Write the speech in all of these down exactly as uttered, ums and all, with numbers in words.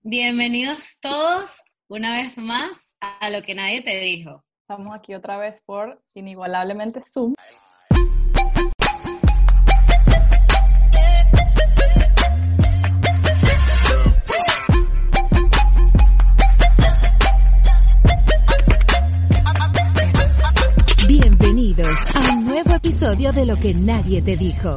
Bienvenidos todos una vez más a Lo que nadie te dijo. Estamos aquí otra vez por inigualablemente Zoom. Bienvenidos a un nuevo episodio de Lo que nadie te dijo.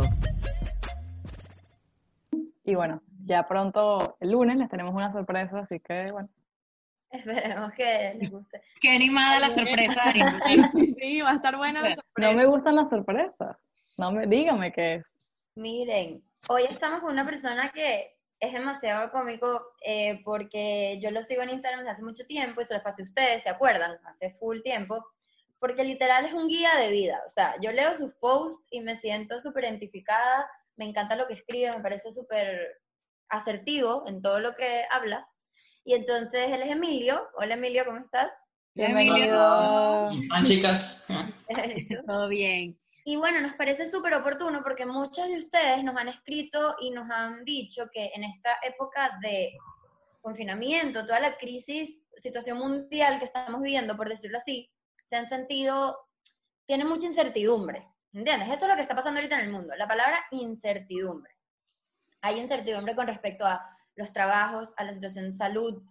Y bueno, ya pronto el lunes les tenemos una sorpresa, así que bueno. Esperemos que les guste. Qué animada la sorpresa, Ari. Sí, va a estar buena la sorpresa. No me gustan las sorpresas. No me, dígame qué es. Miren, hoy estamos con una persona que es demasiado cómico eh, porque yo lo sigo en Instagram desde hace mucho tiempo y se los pasé a ustedes, ¿se acuerdan? Hace full tiempo. Porque literal es un guía de vida. O sea, yo leo sus posts y me siento súper identificada. Me encanta lo que escribe, me parece súper asertivo en todo lo que habla. Y entonces él es Emilio. Hola Emilio, ¿cómo estás? Bienvenido. ¿Cómo están, chicas? Todo bien. Y bueno, nos parece súper oportuno porque muchos de ustedes nos han escrito y nos han dicho que en esta época de confinamiento, toda la crisis, situación mundial que estamos viviendo, por decirlo así, se han sentido, tienen mucha incertidumbre, ¿entiendes? Eso es lo que está pasando ahorita en el mundo, la palabra incertidumbre. Hay incertidumbre con respecto a los trabajos, a la situación de salud,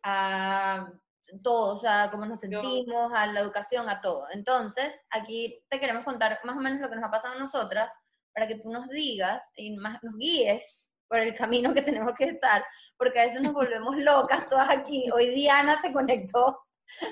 a todo, o sea, cómo nos sentimos, a la educación, a todo. Entonces, aquí te queremos contar más o menos lo que nos ha pasado a nosotras, para que tú nos digas y más, nos guíes por el camino que tenemos que estar, porque a veces nos volvemos locas todas aquí. Hoy Diana se conectó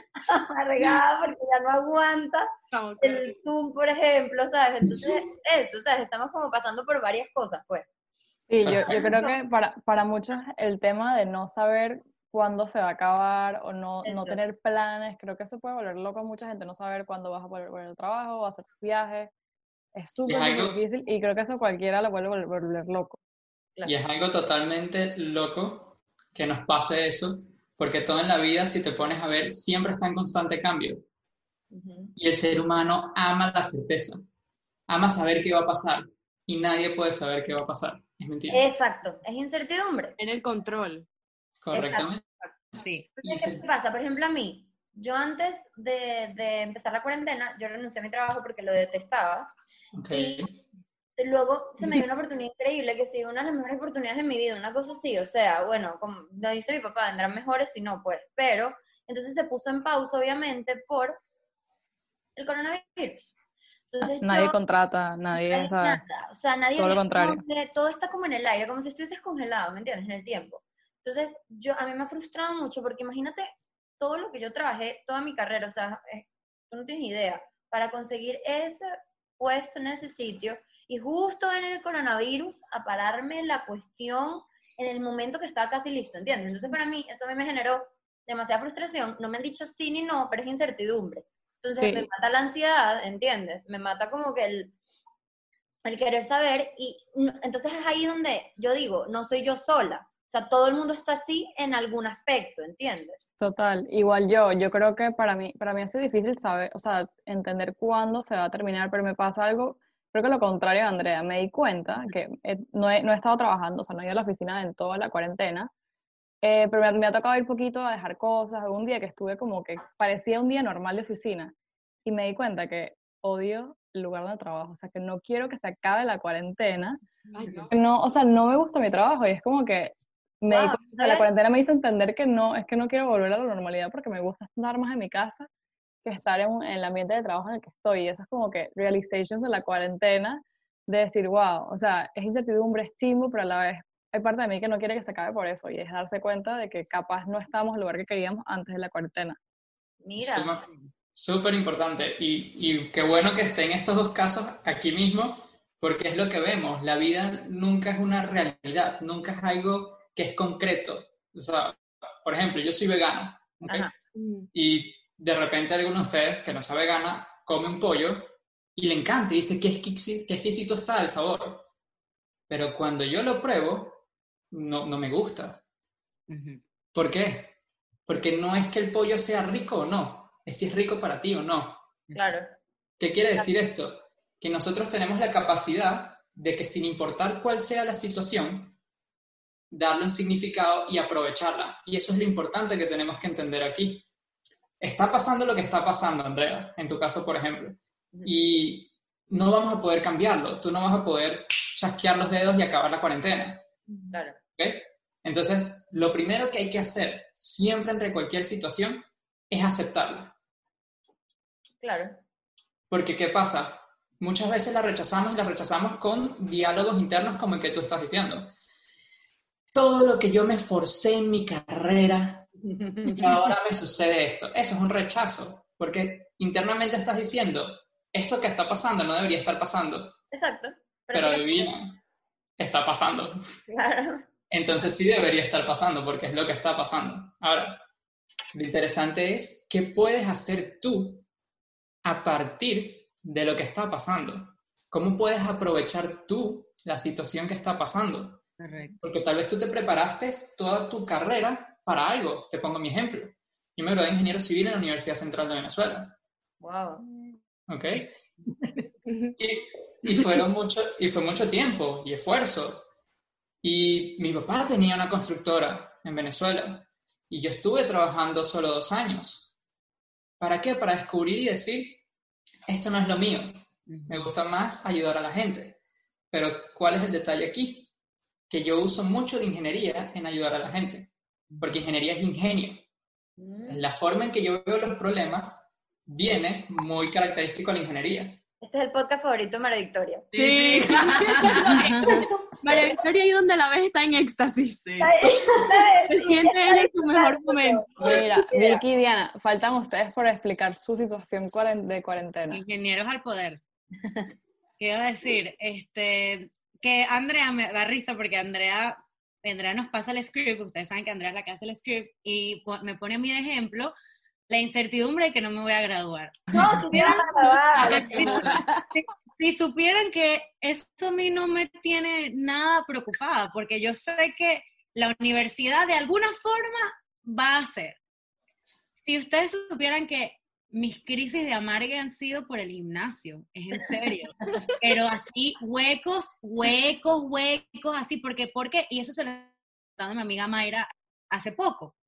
amargada porque ya no aguanta el Zoom, por ejemplo, ¿sabes? Entonces, eso, ¿sabes? Estamos como pasando por varias cosas, pues. Sí, yo, yo creo que para, para muchos el tema de no saber cuándo se va a acabar o no, no tener planes, creo que eso puede volver loco a mucha gente, no saber cuándo vas a volver al trabajo, a hacer tus viajes, es súper difícil y creo que eso cualquiera lo vuelve a volver, volver loco. Y es algo totalmente loco que nos pase eso, porque todo en la vida, si te pones a ver, siempre está en constante cambio. Uh-huh. Y el ser humano ama la certeza, ama saber qué va a pasar, y nadie puede saber qué va a pasar. Es mentira. Exacto, es incertidumbre. En el control. Correctamente. Exacto. Sí. Entonces, ¿qué pasa? Por ejemplo, a mí, yo antes de, de empezar la cuarentena, yo renuncié a mi trabajo porque lo detestaba. Okay. Y luego se me dio una oportunidad increíble, que sí, una de las mejores oportunidades de mi vida, una cosa así, o sea, bueno, como lo dice mi papá, vendrán mejores si no, pues, pero, entonces se puso en pausa, obviamente, por el coronavirus. Entonces, nadie yo, contrata, nadie nadie sabe. Nada. O sea, nadie todo lo contrario. Que todo está como en el aire, como si estuvieses congelado, ¿me entiendes? En el tiempo. Entonces, yo, a mí me ha frustrado mucho, porque imagínate todo lo que yo trabajé, toda mi carrera, o sea, eh, tú no tienes idea, para conseguir ese puesto en ese sitio, y justo en el coronavirus, a pararme la cuestión en el momento que estaba casi listo, ¿entiendes? Entonces, para mí, eso a mí me generó demasiada frustración. No me han dicho sí ni no, pero es incertidumbre. Entonces, sí. Me mata la ansiedad, ¿entiendes? Me mata como que el, el querer saber, y entonces es ahí donde yo digo, no soy yo sola. O sea, todo el mundo está así en algún aspecto, ¿entiendes? Total, igual yo, yo creo que para mí, para mí ha sido difícil saber, o sea, entender cuándo se va a terminar, pero me pasa algo, creo que lo contrario a Andrea, me di cuenta que he, no, he, no he estado trabajando, o sea, no he ido a la oficina en toda la cuarentena, eh, pero me, me ha tocado ir poquito a dejar cosas, algún día que estuve como que parecía un día normal de oficina, y me di cuenta que odio el lugar donde trabajo, o sea, que no quiero que se acabe la cuarentena, Ay, no. no, o sea, no me gusta mi trabajo, y es como que me ah, di cuenta, la cuarentena me hizo entender que no, es que no quiero volver a la normalidad porque me gusta estar más en mi casa que estar en, en el ambiente de trabajo en el que estoy, y eso es como que realizations de la cuarentena, de decir, wow, o sea, es incertidumbre, es chimbo, pero a la vez hay parte de mí que no quiere que se acabe por eso, y es darse cuenta de que capaz no estamos en el lugar que queríamos antes de la cuarentena. Mira. Súper importante, y, y qué bueno que estén estos dos casos aquí mismo, porque es lo que vemos, la vida nunca es una realidad, nunca es algo que es concreto. O sea, por ejemplo, yo soy vegano, ¿okay? Y de repente alguno de ustedes que no sea vegana come un pollo y le encanta y dice que exquisito está el sabor. Pero cuando yo lo pruebo, no, no me gusta. Uh-huh. ¿Por qué? Porque no es que el pollo sea rico o no, es si es rico para ti o no. Claro. ¿Qué quiere decir esto? Que nosotros tenemos la capacidad de que sin importar cuál sea la situación, darle un significado y aprovecharla. Y eso es lo importante que tenemos que entender aquí. Está pasando lo que está pasando, Andrea, en tu caso, por ejemplo, y no vamos a poder cambiarlo. Tú no vas a poder chasquear los dedos y acabar la cuarentena. Claro. ¿Ok? Entonces, lo primero que hay que hacer siempre entre cualquier situación es aceptarla. Claro. Porque, ¿qué pasa? Muchas veces la rechazamos y la rechazamos con diálogos internos como el que tú estás diciendo. Todo lo que yo me esforcé en mi carrera y ahora me sucede esto. Eso es un rechazo, porque internamente estás diciendo, esto que está pasando no debería estar pasando. Exacto. Pero adivina, está pasando. Claro. Entonces sí debería estar pasando, porque es lo que está pasando. Ahora, lo interesante es, ¿qué puedes hacer tú a partir de lo que está pasando? ¿Cómo puedes aprovechar tú la situación que está pasando? Correcto. Porque tal vez tú te preparaste toda tu carrera para algo. Te pongo mi ejemplo. Yo me gradué de ingeniero civil en la Universidad Central de Venezuela. Wow. ¿Ok? Y, y, fueron mucho, y fue mucho tiempo y esfuerzo. Y mi papá tenía una constructora en Venezuela. Y yo estuve trabajando solo dos años. ¿Para qué? Para descubrir y decir, esto no es lo mío. Me gusta más ayudar a la gente. Pero, ¿cuál es el detalle aquí? Que yo uso mucho de ingeniería en ayudar a la gente. Porque ingeniería es ingenio. La forma en que yo veo los problemas viene muy característico a la ingeniería. Este es el podcast favorito de María Victoria. Sí, sí. María Victoria, ahí donde la ves, está en éxtasis. Sí. Se siente ella en su mejor momento. Mira, Vicky y Diana, faltan ustedes por explicar su situación cuaren- de cuarentena. Ingenieros al poder. ¿Qué iba a decir? Este, que Andrea me da risa porque Andrea, Andrea nos pasa el script, ustedes saben que Andrea es la que hace el script, y me pone a mí de ejemplo la incertidumbre de que no me voy a graduar. No, tú te vas a grabar. Si, si supieran que eso a mí no me tiene nada preocupada, porque yo sé que la universidad de alguna forma va a ser. Si ustedes supieran que mis crisis de amargue han sido por el gimnasio, es en serio, pero así huecos, huecos, huecos, así, porque, porque, y eso se lo he contado a mi amiga Mayra hace poco.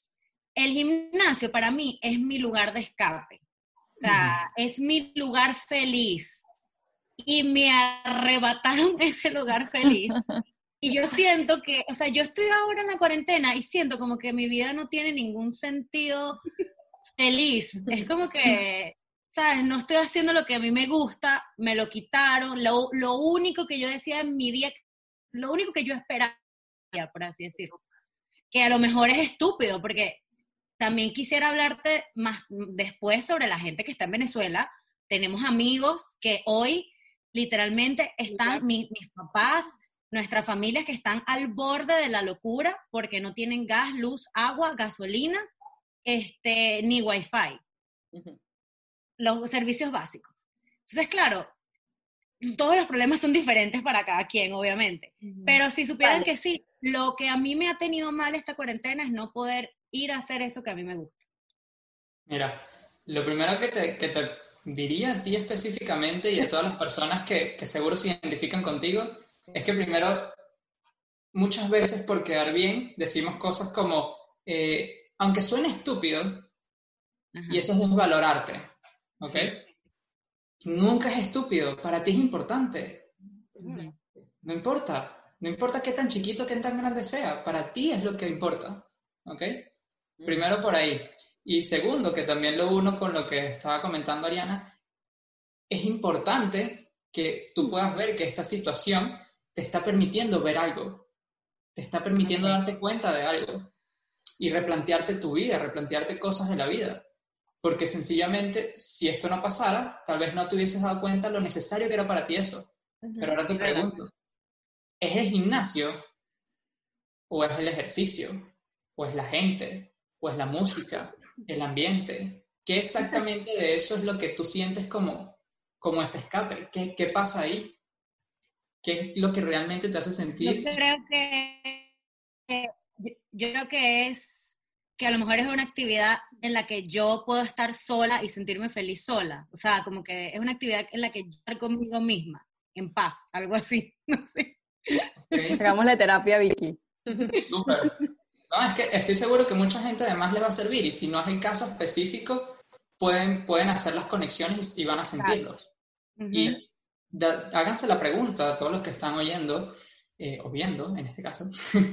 El gimnasio para mí es mi lugar de escape, o sea, uh-huh. es mi lugar feliz, y me arrebataron ese lugar feliz, y yo siento que, o sea, yo estoy ahora en la cuarentena y siento como que mi vida no tiene ningún sentido feliz, es como que, ¿sabes? No estoy haciendo lo que a mí me gusta, me lo quitaron, lo, lo único que yo decía en mi día, lo único que yo esperaba, por así decirlo, que a lo mejor es estúpido, porque también quisiera hablarte más después sobre la gente que está en Venezuela. Tenemos amigos que hoy literalmente están, mis, mis papás, nuestras familias que están al borde de la locura porque no tienen gas, luz, agua, gasolina, este, ni wifi. Uh-huh. Los servicios básicos. Entonces, claro, todos los problemas son diferentes para cada quien, obviamente. Uh-huh. Pero si supieran vale. que sí, lo que a mí me ha tenido mal esta cuarentena es no poder ir a hacer eso que a mí me gusta. Mira, lo primero que te, que te diría a ti específicamente y a todas las personas que, que seguro se identifican contigo, es que primero, muchas veces por quedar bien, decimos cosas como, eh, aunque suene estúpido, ajá. y eso es desvalorarte, ¿ok? Sí. Nunca es estúpido, para ti es importante. Uh-huh. No importa, no importa qué tan chiquito, qué tan grande sea, para ti es lo que importa, ¿ok? Primero por ahí. Y segundo, que también lo uno con lo que estaba comentando Ariana, es importante que tú puedas ver que esta situación te está permitiendo ver algo, te está permitiendo okay. darte cuenta de algo y replantearte tu vida, replantearte cosas de la vida. Porque sencillamente, si esto no pasara, tal vez no te hubieses dado cuenta lo necesario que era para ti eso. Uh-huh. Pero ahora te pregunto, ¿es el gimnasio o es el ejercicio? ¿O es la gente? ¿O es la música? ¿El ambiente? ¿Qué exactamente de eso es lo que tú sientes como, como ese escape? ¿Qué, ¿Qué pasa ahí? ¿Qué es lo que realmente te hace sentir? Yo creo que, que yo, yo creo que es que a lo mejor es una actividad en la que yo puedo estar sola y sentirme feliz sola. O sea, como que es una actividad en la que yo estoy conmigo misma, en paz, algo así. No sé. Okay. Hagámosle terapia a Vicky. Súper. No, es que estoy seguro que mucha gente además le va a servir y si no es el caso específico, pueden, pueden hacer las conexiones y, y van a sentirlos. Ujú. Y da- háganse la pregunta a todos los que están oyendo, eh, o viendo en este caso,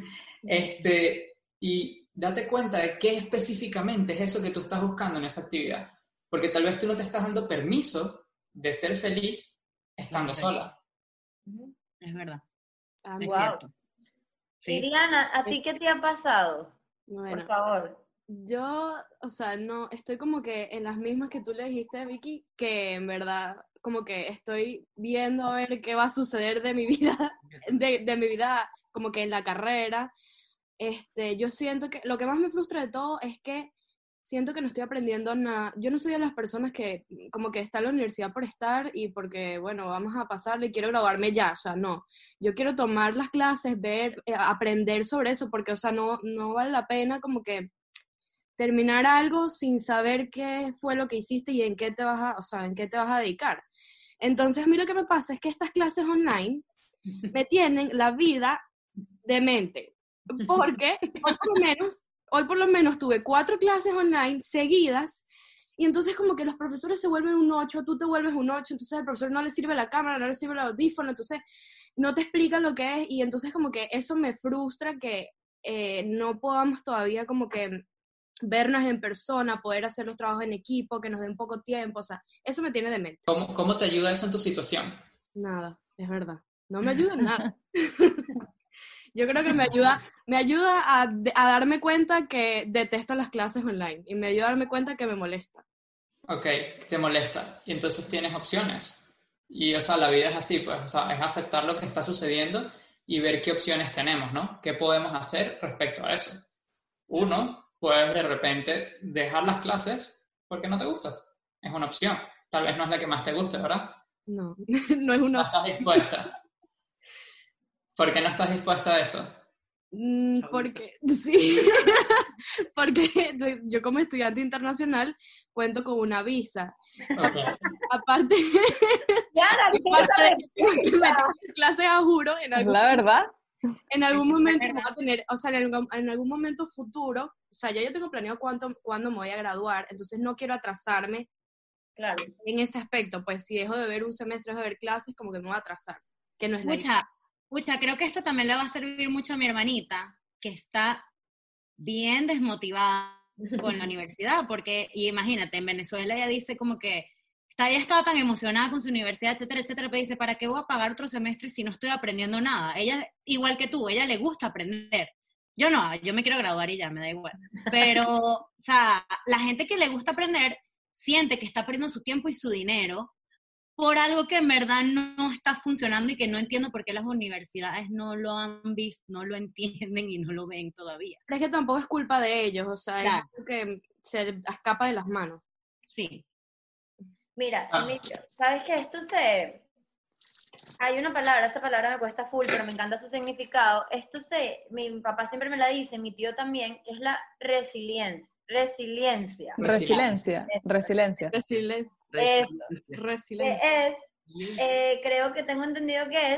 este, y date cuenta de qué específicamente es eso que tú estás buscando en esa actividad. Porque tal vez tú no te estás dando permiso de ser feliz estando Correcto. sola. Es verdad, Ah, es Wow. cierto. Y Sí. Diana, ¿a ti qué te ha pasado? bueno, Por favor. yo, o sea, no, estoy como que en las mismas que tú le dijiste, Vicky, que en verdad, como que estoy viendo a ver qué va a suceder de mi vida, de, de mi vida, como que en la carrera. Este, yo siento que, lo que más me frustra de todo es que siento que no estoy aprendiendo nada. Yo no soy de las personas que como que está en la universidad por estar y porque, bueno, vamos a pasarle y quiero graduarme ya, o sea, no. Yo quiero tomar las clases, ver, eh, aprender sobre eso, porque, o sea, no, no vale la pena como que terminar algo sin saber qué fue lo que hiciste y en qué te vas a, o sea, en qué te vas a dedicar. Entonces, a mí lo que me pasa es que estas clases online me tienen la vida demente, porque hoy por lo menos, hoy por lo menos tuve cuatro clases online seguidas y entonces como que los profesores se vuelven un ocho, tú te vuelves un ocho, entonces al profesor no le sirve la cámara, no le sirve el audífono, entonces no te explican lo que es y entonces como que eso me frustra que eh, no podamos todavía como que vernos en persona, poder hacer los trabajos en equipo, que nos den poco tiempo, o sea, eso me tiene demente. ¿Cómo, cómo te ayuda eso en tu situación? Nada, es verdad. No me ayuda en nada. Yo creo que me ayuda, me ayuda a, a darme cuenta que detesto las clases online y me ayuda a darme cuenta que me molesta. Ok, te molesta. Y entonces tienes opciones. Y, o sea, la vida es así, pues, o sea, es aceptar lo que está sucediendo y ver qué opciones tenemos, ¿no? ¿Qué podemos hacer respecto a eso? Uno, puedes de repente dejar las clases porque no te gusta. Es una opción. Tal vez no es la que más te guste, ¿verdad? No, no es una No opción. estás dispuesta. ¿Por qué no estás dispuesta a eso? Mm, porque, sí, porque yo como estudiante internacional cuento con una visa. Ok. Aparte, Diana, aparte de que me metí en clases a juro, en Es algún, la verdad. en algún Es momento verdad. voy a tener, o sea, en algún, en algún momento futuro, o sea, ya yo tengo planeado cuánto, cuándo me voy a graduar, entonces no quiero atrasarme Claro. en ese aspecto, pues si dejo de ver un semestre, dejo de ver clases, como que me voy a atrasar, que no es la idea. Pucha, pucha, creo que esto también le va a servir mucho a mi hermanita, que está bien desmotivada con la universidad, porque, y imagínate, en Venezuela ella dice como que está, ella estaba tan emocionada con su universidad, etcétera, etcétera, pero dice, ¿para qué voy a pagar otro semestre si no estoy aprendiendo nada? Ella, igual que tú, ella le gusta aprender. Yo no, yo me quiero graduar y ya, me da igual. Pero, o sea, la gente que le gusta aprender siente que está perdiendo su tiempo y su dinero por algo que en verdad no está funcionando y que no entiendo por qué las universidades no lo han visto, no lo entienden y no lo ven todavía. Pero es que tampoco es culpa de ellos, o sea, Claro. es algo que se escapa de las manos. Sí. Mira, Ah. Emilio, ¿sabes que esto se... Hay una palabra, esa palabra me cuesta full, pero me encanta su significado. Esto se... Mi papá siempre me la dice, mi tío también, que es la resiliencia. Resiliencia. Resiliencia. Resiliencia. Decirle, Es, resiliente. que es eh, creo que tengo entendido que es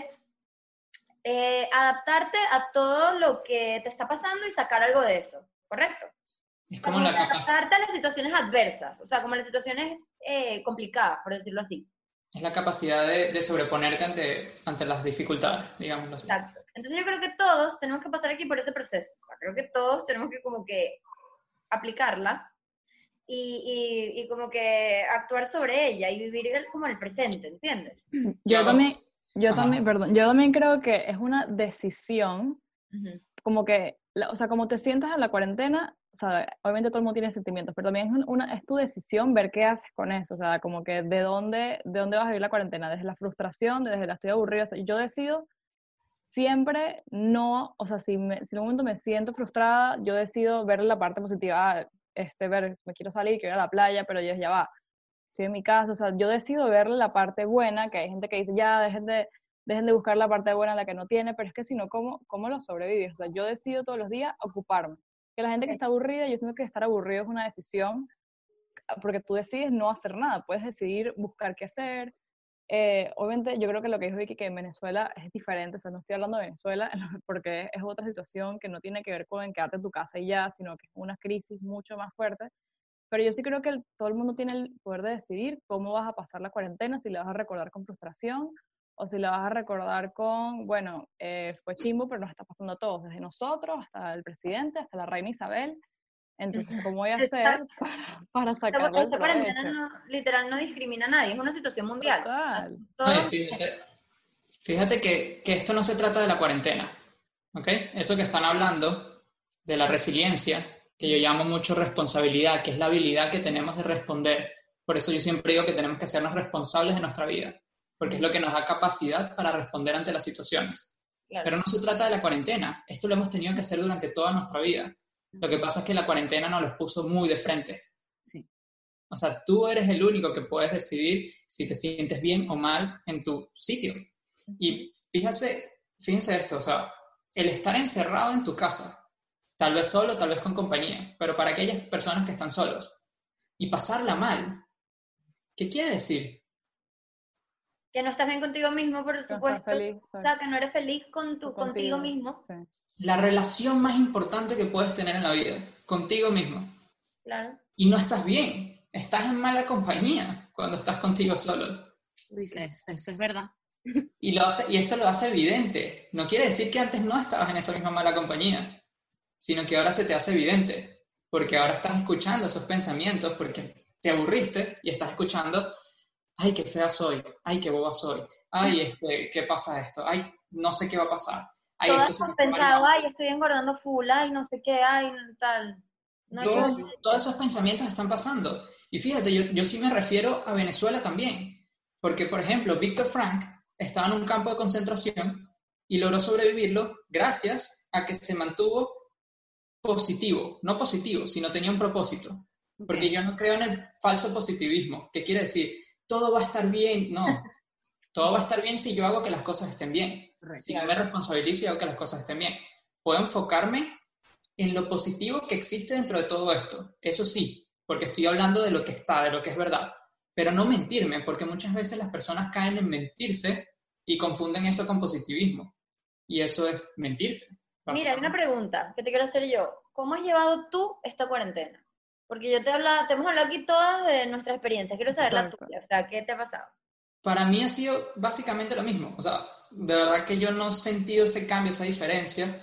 eh, adaptarte a todo lo que te está pasando y sacar algo de eso, ¿correcto? Es como la capacidad. Adaptarte a las situaciones adversas, o sea, como las situaciones eh, complicadas, por decirlo así. Es la capacidad de, de sobreponerte ante, ante las dificultades, digámoslo así. Exacto. Entonces yo creo que todos tenemos que pasar aquí por ese proceso. O sea, creo que todos tenemos que como que aplicarla y, y, y como que actuar sobre ella y vivir el- como el presente, ¿entiendes? Yo Yo- también, yo Ajá. también, perdón, yo también creo que es una decisión, Ujú. como que, la- o sea, como te sientas en la cuarentena, o sea, obviamente todo el mundo tiene sentimientos, pero también es, un- una, es tu decisión ver qué haces con eso, o sea, como que de dónde, de dónde vas a vivir la cuarentena, desde la frustración, desde la estoy aburrido, o sea, yo decido siempre no, o sea, si, me, si en un momento me siento frustrada, yo decido ver la parte positiva, ah, este, ver, me quiero salir, quiero ir a la playa, pero yo ya va, estoy en mi casa, o sea, yo decido ver la parte buena, que hay gente que dice, ya, dejen de, dejen de buscar la parte buena, la que no tiene, pero es que si no, ¿cómo, cómo lo sobrevives? O sea, yo decido todos los días ocuparme. Que la gente que está aburrida, yo siento que estar aburrido es una decisión, porque tú decides no hacer nada, puedes decidir buscar qué hacer, eh, obviamente yo creo que lo que dijo Vicky, que en Venezuela es diferente, o sea, no estoy hablando de Venezuela porque es, es otra situación que no tiene que ver con quedarte en tu casa y ya, sino que es una crisis mucho más fuerte. Pero yo sí creo que el, todo el mundo tiene el poder de decidir cómo vas a pasar la cuarentena, si la vas a recordar con frustración o si la vas a recordar con, bueno, eh, fue chimbo, pero nos está pasando a todos, desde nosotros hasta el presidente, hasta la reina Isabel. Entonces, ¿cómo voy a hacer para, para sacarle el Esta cuarentena provecho? no, literal no discrimina a nadie, es una situación mundial. Total. Oye, fíjate, fíjate que, que esto no se trata de la cuarentena, ¿ok? Eso que están hablando de la resiliencia, que yo llamo mucho responsabilidad, que es la habilidad que tenemos de responder. Por eso yo siempre digo que tenemos que hacernos responsables de nuestra vida, porque es lo que nos da capacidad para responder ante las situaciones. Claro. Pero no se trata de la cuarentena, esto lo hemos tenido que hacer durante toda nuestra vida. Lo que pasa es que la cuarentena nos los puso muy de frente. Sí. O sea, tú eres el único que puedes decidir si te sientes bien o mal en tu sitio. Y fíjate, fíjense esto, o sea, el estar encerrado en tu casa, tal vez solo, tal vez con compañía, pero para aquellas personas que están solos, y pasarla mal, ¿qué quiere decir? Que no estás bien contigo mismo, por No supuesto. estás feliz, O sea, que no eres feliz con tu, tú contigo mismo. Sí. La relación más importante que puedes tener en la vida, contigo mismo. Claro. Y no estás bien, estás en mala compañía cuando estás contigo solo. Eso, eso es verdad. Y, lo hace, y esto lo hace evidente. No quiere decir que antes no estabas en esa misma mala compañía, sino que ahora se te hace evidente, porque ahora estás escuchando esos pensamientos, porque te aburriste y estás escuchando, ay, qué fea soy, ay, qué boba soy, ay, este, ¿qué pasa esto? Ay, no sé qué va a pasar. Ay, Todas esto han pensado, ay, estoy engordando full, ay, no sé qué, ay, tal. No todos, todos esos pensamientos están pasando. Y fíjate, yo, yo sí me refiero a Venezuela también, porque, por ejemplo, Víctor Frank estaba en un campo de concentración y logró sobrevivirlo gracias a que se mantuvo positivo, no positivo, sino tenía un propósito. Porque okay. Yo no creo en el falso positivismo, que quiere decir, todo va a estar bien, no. Todo va a estar bien si yo hago que las cosas estén bien. Correcto. Si yo me responsabilizo y hago que las cosas estén bien. Puedo enfocarme en lo positivo que existe dentro de todo esto. Eso sí, porque estoy hablando de lo que está, de lo que es verdad. Pero no mentirme, porque muchas veces las personas caen en mentirse y confunden eso con positivismo. Y eso es mentirte. Mira, hay una pregunta que te quiero hacer yo. ¿Cómo has llevado tú esta cuarentena? Porque yo te, habla, te hemos hablado aquí todas de nuestra experiencia. Quiero saber la tuya. O sea, ¿qué te ha pasado? Para mí ha sido básicamente lo mismo. O sea, de verdad que yo no he sentido ese cambio, esa diferencia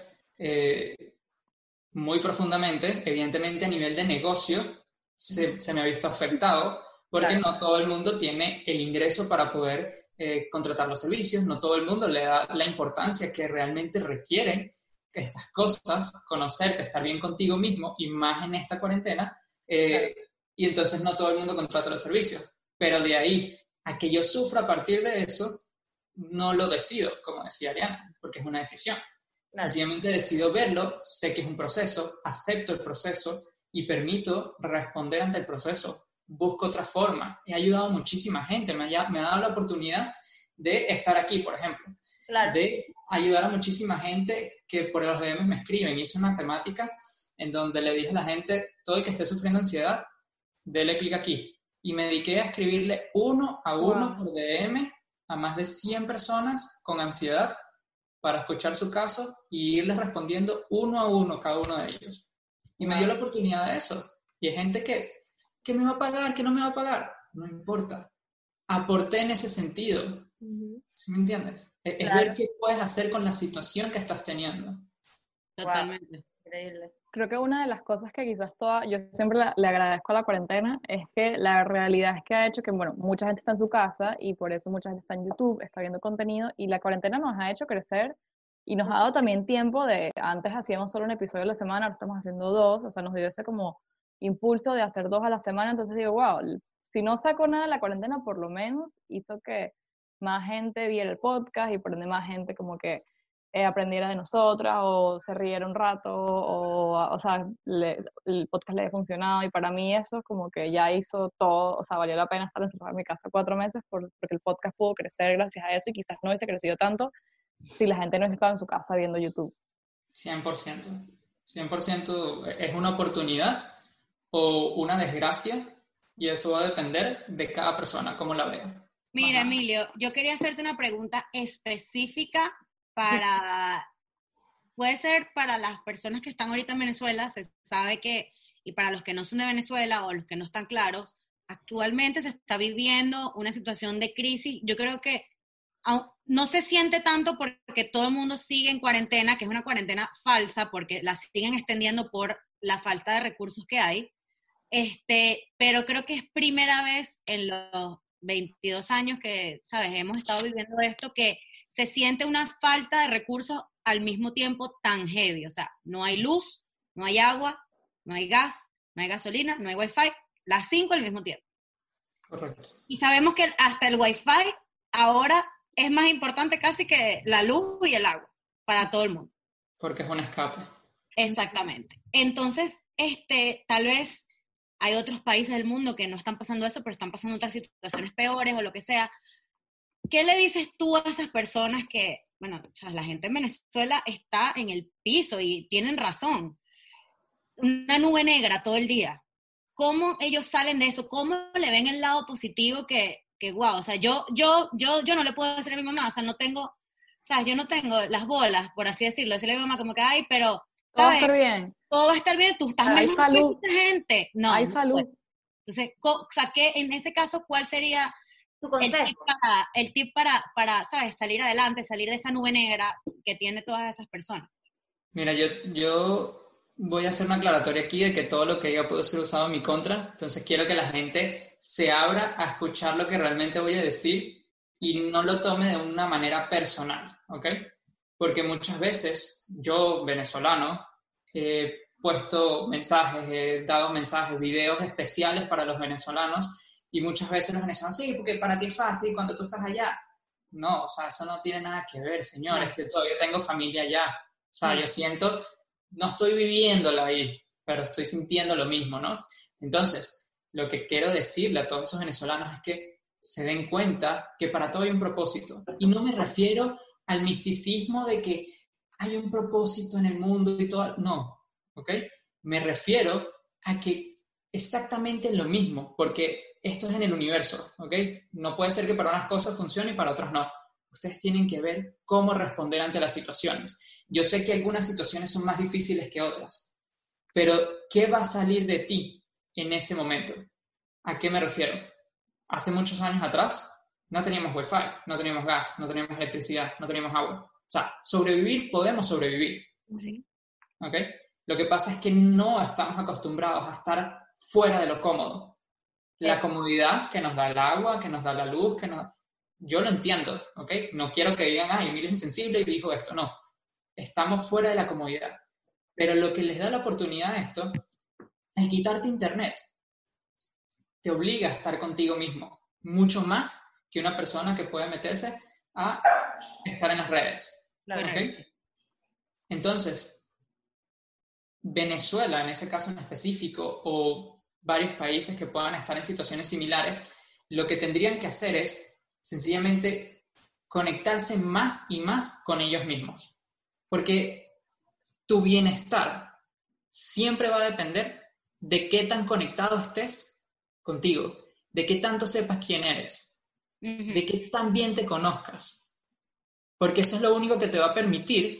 eh, muy profundamente. Evidentemente, a nivel de negocio se, se me ha visto afectado porque claro. No todo el mundo tiene el ingreso para poder eh, contratar los servicios. No todo el mundo le da la importancia que realmente requieren estas cosas, conocerte, estar bien contigo mismo y más en esta cuarentena. Eh, claro. Y entonces no todo el mundo contrata los servicios. Pero de ahí a que yo sufra a partir de eso, no lo decido, como decía Ariana, porque es una decisión. Claro. Sencillamente decido verlo, sé que es un proceso, acepto el proceso y permito responder ante el proceso. Busco otra forma. He ayudado a muchísima gente, me ha, me ha dado la oportunidad de estar aquí, por ejemplo. Claro. De ayudar a muchísima gente que por los D Ms me escriben. Hice una temática en donde le dije a la gente, todo el que esté sufriendo ansiedad, dele clic aquí. Y me dediqué a escribirle uno a uno wow. por D M a más de cien personas con ansiedad para escuchar su caso y irles respondiendo uno a uno cada uno de ellos. Y wow. me dio la oportunidad de eso. Y hay gente que, que me va a pagar, que no me va a pagar. No importa. Aporté en ese sentido. Uh-huh. ¿Sí me entiendes? Es, claro. es ver qué puedes hacer con la situación que estás teniendo. Totalmente. Wow. Increíble. Creo que una de las cosas que quizás toda, yo siempre la, le agradezco a la cuarentena es que la realidad es que ha hecho que, bueno, mucha gente está en su casa y por eso mucha gente está en YouTube, está viendo contenido y la cuarentena nos ha hecho crecer y nos ha dado también tiempo de, antes hacíamos solo un episodio a la semana, ahora estamos haciendo dos, o sea, nos dio ese como impulso de hacer dos a la semana, entonces digo, wow, si no saco nada de la cuarentena, por lo menos hizo que más gente viera el podcast y por ende más gente como que Eh, aprendiera de nosotras o se riera un rato o, o sea, le, el podcast le haya funcionado y para mí eso como que ya hizo todo, o sea, valió la pena estar encerrada en mi casa cuatro meses por, porque el podcast pudo crecer gracias a eso y quizás no hubiese crecido tanto si la gente no hubiese estado en su casa viendo YouTube. cien por ciento. cien por ciento es una oportunidad o una desgracia y eso va a depender de cada persona, cómo la vea. Mira, Ajá. Emilio, yo quería hacerte una pregunta específica para, puede ser para las personas que están ahorita en Venezuela, se sabe que, y para los que no son de Venezuela o los que no están claros, actualmente se está viviendo una situación de crisis. Yo creo que au- no se siente tanto porque todo el mundo sigue en cuarentena, que es una cuarentena falsa, porque la siguen extendiendo por la falta de recursos que hay. Este, pero creo que es primera vez en los veintidós años que, ¿sabes? Hemos estado viviendo esto, que se siente una falta de recursos al mismo tiempo tan heavy. O sea, no hay luz, no hay agua, no hay gas, no hay gasolina, no hay wifi, las cinco al mismo tiempo. Correcto. Y sabemos que hasta el wifi ahora es más importante casi que la luz y el agua para todo el mundo. Porque es un escape. Exactamente. Entonces, este, tal vez hay otros países del mundo que no están pasando eso, pero están pasando otras situaciones peores o lo que sea. ¿Qué le dices tú a esas personas que, bueno, o sea, la gente en Venezuela está en el piso y tienen razón? Una nube negra todo el día. ¿Cómo ellos salen de eso? ¿Cómo le ven el lado positivo que, que wow, o sea, yo, yo, yo, yo no le puedo decir a mi mamá, o sea, no tengo, o sea, yo no tengo las bolas, por así decirlo, decirle a mi mamá como que, ay, pero, Todo va a ¿sabes? estar bien. Todo va a estar bien, tú estás Hay mejor salud. que esta gente. No, Hay no salud. puede. Entonces, co- o sea, ¿qué, en ese caso, ¿cuál sería Tu el consejo. tip para, el tip para, para, ¿sabes? Salir adelante, salir de esa nube negra que tiene todas esas personas. Mira, yo, yo voy a hacer una aclaratoria aquí de que todo lo que diga puede ser usado en mi contra, entonces quiero que la gente se abra a escuchar lo que realmente voy a decir y no lo tome de una manera personal, ¿ok? Porque muchas veces yo, venezolano, he puesto mensajes, he dado mensajes, videos especiales para los venezolanos y muchas veces los venezolanos, sí, porque para ti es fácil cuando tú estás allá. No, o sea, eso no tiene nada que ver, señores, No. que todavía tengo familia allá. O sea, Mm. yo siento, no estoy viviéndola ahí, pero estoy sintiendo lo mismo, ¿no? Entonces, lo que quiero decirle a todos esos venezolanos es que se den cuenta que para todo hay un propósito. Y no me refiero al misticismo de que hay un propósito en el mundo y todo. No, ¿ok? Me refiero a que exactamente lo mismo, porque esto es en el universo, ¿ok? No puede ser que para unas cosas funcione y para otras no. Ustedes tienen que ver cómo responder ante las situaciones. Yo sé que algunas situaciones son más difíciles que otras, pero ¿qué va a salir de ti en ese momento? ¿A qué me refiero? Hace muchos años atrás no teníamos wifi, no teníamos gas, no teníamos electricidad, no teníamos agua. O sea, sobrevivir, podemos sobrevivir. Sí. ¿Ok? Lo que pasa es que no estamos acostumbrados a estar fuera de lo cómodo. La Eso. comodidad que nos da el agua, que nos da la luz, que nos... Yo lo entiendo, ¿ok? No quiero que digan, ay, Emilio es insensible y dijo esto. No, estamos fuera de la comodidad. Pero lo que les da la oportunidad a esto es quitarte internet. Te obliga a estar contigo mismo, mucho más que una persona que puede meterse a estar en las redes. Claro. ¿Ok? Entonces, Venezuela, en ese caso en específico, o varios países que puedan estar en situaciones similares, lo que tendrían que hacer es sencillamente conectarse más y más con ellos mismos. Porque tu bienestar siempre va a depender de qué tan conectado estés contigo, de qué tanto sepas quién eres, Ujú. de qué tan bien te conozcas. Porque eso es lo único que te va a permitir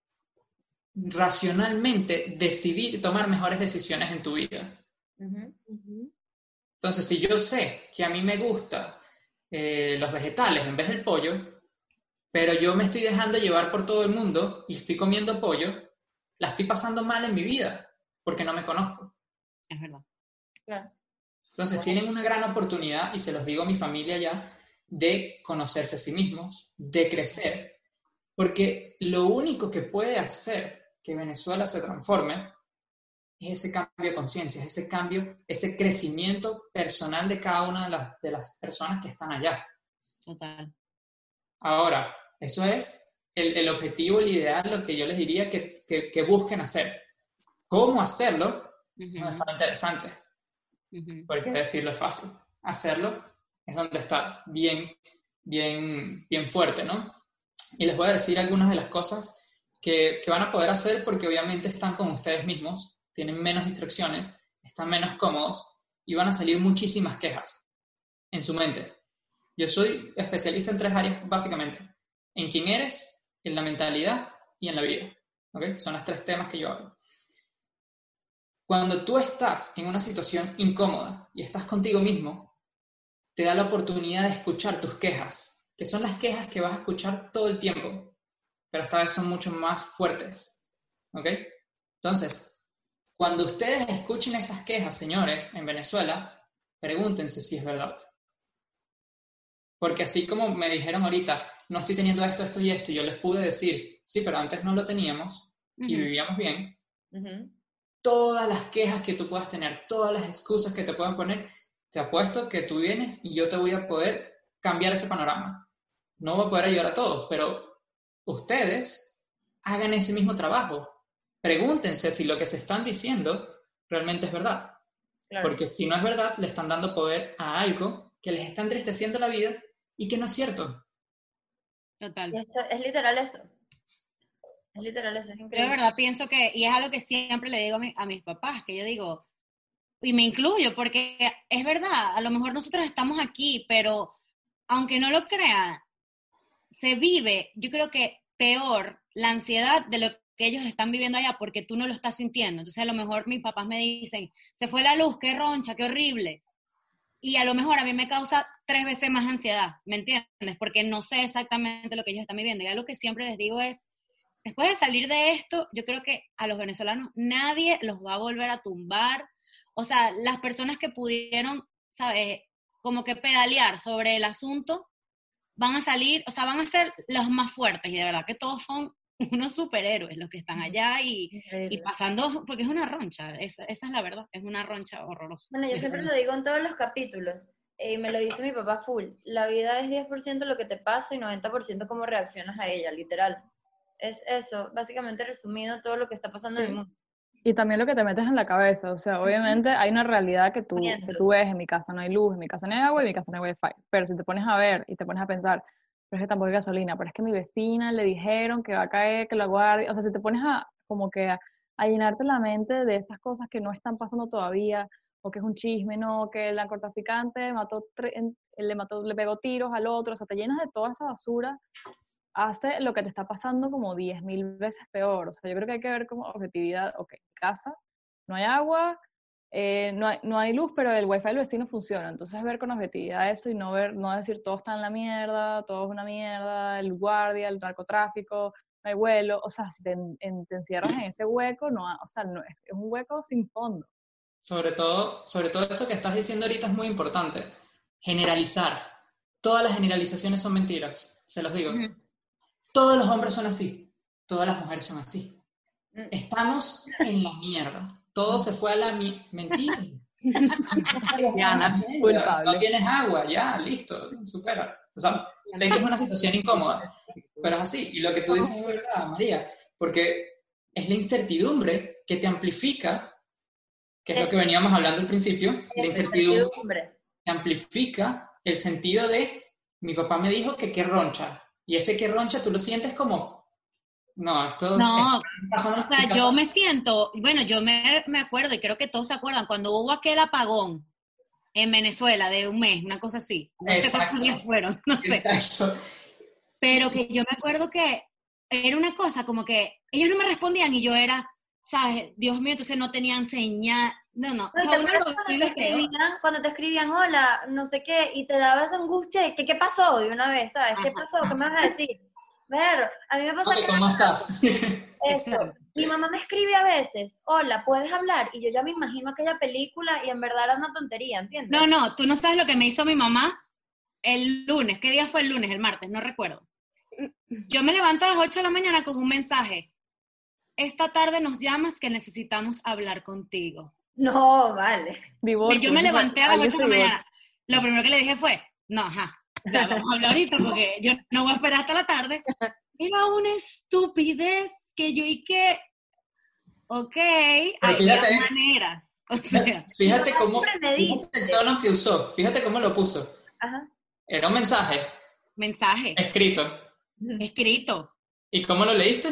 racionalmente decidir tomar mejores decisiones en tu vida. Ujú. Ujú. Entonces, si yo sé que a mí me gustan eh, los vegetales en vez del pollo, pero yo me estoy dejando llevar por todo el mundo y estoy comiendo pollo, la estoy pasando mal en mi vida porque no me conozco. Es verdad. Claro. Entonces, tienen una gran oportunidad, y se los digo a mi familia ya, de conocerse a sí mismos, de crecer, porque lo único que puede hacer que Venezuela se transforme es ese cambio de conciencia, es ese cambio, ese crecimiento personal de cada una de las, de las personas que están allá. Total. Ahora, eso es el, el objetivo, el ideal, lo que yo les diría que, que, que busquen hacer. ¿Cómo hacerlo? Ujú. No está interesante, Ujú. porque decirlo es fácil. Hacerlo es donde está bien, bien, bien fuerte, ¿no? Y les voy a decir algunas de las cosas que, que van a poder hacer porque obviamente están con ustedes mismos, tienen menos distracciones, están menos cómodos y van a salir muchísimas quejas en su mente. Yo soy especialista en tres áreas, básicamente. En quién eres, en la mentalidad y en la vida. ¿Okay? Son los tres temas que yo hablo. Cuando tú estás en una situación incómoda y estás contigo mismo, te da la oportunidad de escuchar tus quejas, que son las quejas que vas a escuchar todo el tiempo, pero esta vez son mucho más fuertes. ¿Ok? Entonces, cuando ustedes escuchen esas quejas, señores, en Venezuela, pregúntense si es verdad. Porque así como me dijeron ahorita, no estoy teniendo esto, esto y esto, yo les pude decir, sí, pero antes no lo teníamos y Ujú. vivíamos bien. Ujú. Todas las quejas que tú puedas tener, todas las excusas que te puedan poner, te apuesto que tú vienes y yo te voy a poder cambiar ese panorama. No voy a poder ayudar a todos, pero ustedes hagan ese mismo trabajo. Pregúntense si lo que se están diciendo realmente es verdad. Claro. Porque si no es verdad, le están dando poder a algo que les está entristeciendo la vida y que no es cierto. Total. Y esto es literal eso. Es literal eso, es Yo de increíble. verdad pienso que, y es algo que siempre le digo a, mi- a mis papás, que yo digo, y me incluyo, porque es verdad, a lo mejor nosotros estamos aquí, pero aunque no lo crean, se vive, yo creo que peor la ansiedad de lo que ellos están viviendo allá, porque tú no lo estás sintiendo. Entonces a lo mejor mis papás me dicen, se fue la luz, qué roncha, qué horrible. Y a lo mejor a mí me causa tres veces más ansiedad, ¿me entiendes? Porque no sé exactamente lo que ellos están viviendo. Y algo que siempre les digo es, después de salir de esto, yo creo que a los venezolanos nadie los va a volver a tumbar. O sea, las personas que pudieron, ¿sabes? Como que pedalear sobre el asunto, van a salir, o sea, van a ser los más fuertes. Y de verdad que todos son unos superhéroes los que están allá y, y Increíble. pasando, porque es una roncha, esa, esa es la verdad, es una roncha horrorosa. Bueno, yo siempre lo digo en todos los capítulos, eh, y me lo dice mi papá full. La vida es diez por ciento lo que te pasa y noventa por ciento cómo reaccionas a ella, literal. Es eso, básicamente resumido todo lo que está pasando en el Sí. mundo. Y también lo que te metes en la cabeza, o sea, obviamente hay una realidad que tú, que tú ves, en mi casa no hay luz, en mi casa no hay agua, en mi casa no hay wifi, pero si te pones a ver y te pones a pensar, pero es que tampoco hay gasolina, pero es que a mi vecina le dijeron que va a caer, que la guardia, o sea, si te pones a, como que a, a llenarte la mente de esas cosas que no están pasando todavía, o que es un chisme, no, que el narcotraficante mató, tre- en- le mató, le pegó tiros al otro, o sea, te llenas de toda esa basura, hace lo que te está pasando como diez mil veces peor. O sea, yo creo que hay que ver como objetividad, ok, en casa no hay agua, eh, no, hay, no hay luz, pero el wifi del vecino funciona. Entonces ver con objetividad eso y no ver, no decir todo está en la mierda, todo es una mierda, el guardia, el narcotráfico, no hay vuelo. O sea, si te, en, te encierras en ese hueco, no, o sea, no, es, es un hueco sin fondo. Sobre todo, sobre todo eso que estás diciendo ahorita es muy importante. Generalizar. Todas las generalizaciones son mentiras, se los digo. Ujú. Todos los hombres son así, todas las mujeres son así. Mm. Estamos en la mierda. Todo se fue a la mi- mentira. Diana, culpable. No tienes agua, ya, listo, supera. O sea, sé que es una situación incómoda, pero es así. Y lo que tú dices es verdad, María, porque es la incertidumbre que te amplifica, que es lo que veníamos hablando al principio, la incertidumbre Incertidumbre. te amplifica el sentido de, mi papá me dijo que qué roncha, y ese que roncha tú lo sientes como, no, esto No, está pasando. o sea, yo me siento, bueno, yo me, me acuerdo, y creo que todos se acuerdan, cuando hubo aquel apagón en Venezuela de un mes, una cosa así, no sé Exacto. cuántos días fueron, no sé, Exacto. pero que yo me acuerdo que era una cosa como que ellos no me respondían y yo era, ¿sabes? Dios mío, entonces no tenían señal, no, no, o No, ¿y sea, te uno acuerdas lo cuando te vive peor. escribían, cuando te escribían, hola, no sé qué, y te daba esa angustia de que qué pasó de una vez, ¿sabes? ¿Qué Ajá. pasó? ¿Qué me vas a decir? Ver, a mí me pasa Ok, que ¿cómo estás? eso. Exacto. Mi mamá me escribe a veces, hola, ¿puedes hablar? Y yo ya me imagino aquella película y en verdad era una tontería, ¿entiendes? No, no, tú no sabes lo que me hizo mi mamá el lunes, ¿qué día fue el lunes? El martes, no recuerdo. Yo me levanto a las ocho de la mañana con un mensaje, esta tarde nos llamas que necesitamos hablar contigo. No, vale. Divorcio. Yo me levanté a las Alguien ocho se de la divorcia. mañana. Lo primero que le dije fue, no, ajá, ya vamos a hablar ahorita porque yo no voy a esperar hasta la tarde. Era una estupidez que yo y que, ok, hay fíjate, maneras. O sea, Fíjate Mi mamá cómo, siempre me fíjate el dice. tono que usó, fíjate cómo lo puso. Ajá. Era un mensaje mensaje escrito. escrito. ¿Y cómo lo leíste?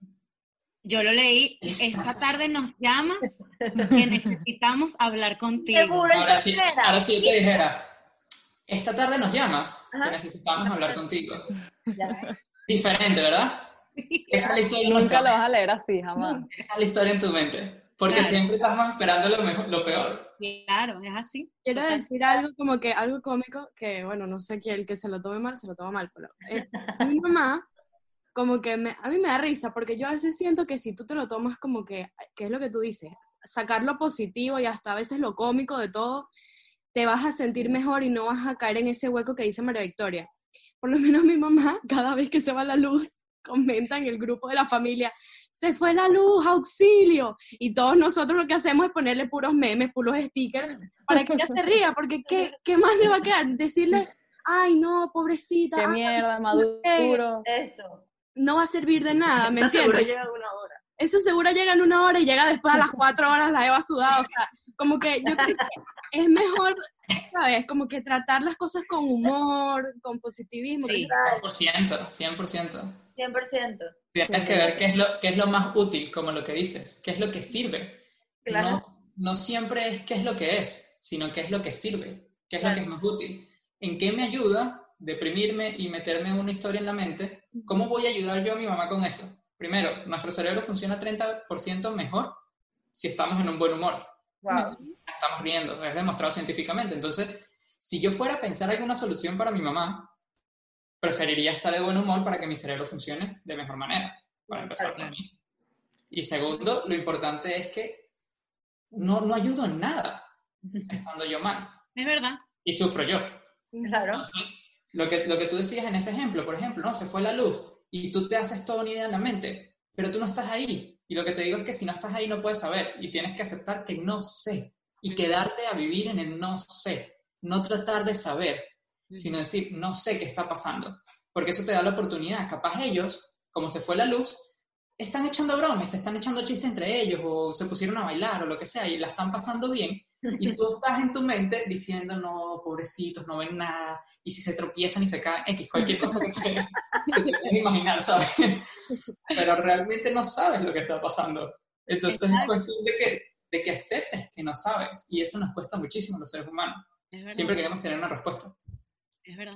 Yo lo leí, Esta esta tarde nos llamas que necesitamos hablar contigo. Seguro el Ahora sí, tono era, ahora sí yo te dijera, esta tarde nos llamas, Ajá. que necesitamos hablar contigo. Ya. Diferente, ¿verdad? Esa es la historia en Nunca nuestra lo vas a leer así, jamás. Esa es la historia en tu mente. Porque Claro. siempre estamos esperando lo, mejor, lo peor. Claro, es así. Quiero Total. decir algo como que algo cómico, que bueno, no sé quién, el que se lo tome mal, se lo toma mal, pero eh, mi mamá, como que me, a mí me da risa, porque yo a veces siento que si tú te lo tomas como que, que es lo que tú dices, sacar lo positivo y hasta a veces lo cómico de todo, te vas a sentir mejor y no vas a caer en ese hueco que dice María Victoria. Por lo menos mi mamá, cada vez que se va la luz, comenta en el grupo de la familia, se fue la luz, auxilio, y todos nosotros lo que hacemos es ponerle puros memes, puros stickers, para que ella se ría, porque ¿qué, qué más le va a quedar? Decirle, ay no, pobrecita, Qué ay, mierda, maduro. Eso. no va a servir de nada, ¿me Esa seguro entiendes? llega una hora. Eso seguro llega en una hora y llega después a las cuatro horas la Eva sudada, o sea, como que yo creo que es mejor, ¿sabes? Como que tratar las cosas con humor, con positivismo. Sí. que- cien por ciento, cien por ciento. cien por ciento. Tienes que ver qué es, lo, qué es lo más útil, como lo que dices, qué es lo que sirve. Claro. No, no siempre es qué es lo que es, sino qué es lo que sirve, qué es lo que es más útil. ¿En qué me ayuda deprimirme y meterme una historia en la mente? ¿Cómo voy a ayudar yo a mi mamá con eso? Primero, nuestro cerebro funciona treinta por ciento mejor si estamos en un buen humor. Wow. Estamos riendo, es demostrado científicamente. Entonces, si yo fuera a pensar alguna solución para mi mamá, preferiría estar de buen humor para que mi cerebro funcione de mejor manera, para empezar por mí. Y segundo, lo importante es que no, no ayudo en nada estando yo mal. Es verdad. Y sufro yo. Claro. Entonces, lo que, lo que tú decías en ese ejemplo, por ejemplo, no, se fue la luz y tú te haces toda una idea en la mente, pero tú no estás ahí. Y lo que te digo es que si no estás ahí no puedes saber y tienes que aceptar que no sé y quedarte a vivir en el no sé, no tratar de saber, sino decir, no sé qué está pasando, porque eso te da la oportunidad. Capaz ellos, como se fue la luz, están echando bromas, se están echando chistes entre ellos, o se pusieron a bailar, o lo que sea, y la están pasando bien, y tú estás en tu mente diciendo, no, pobrecitos, no ven nada, y si se tropiezan y se caen, X, cualquier cosa que te, que te puedas imaginar, ¿sabes? Pero realmente no sabes lo que está pasando. Entonces Exacto. es cuestión de que, de que aceptes que no sabes, y eso nos cuesta muchísimo a los seres humanos. Es verdad. Siempre queremos tener una respuesta. Es verdad.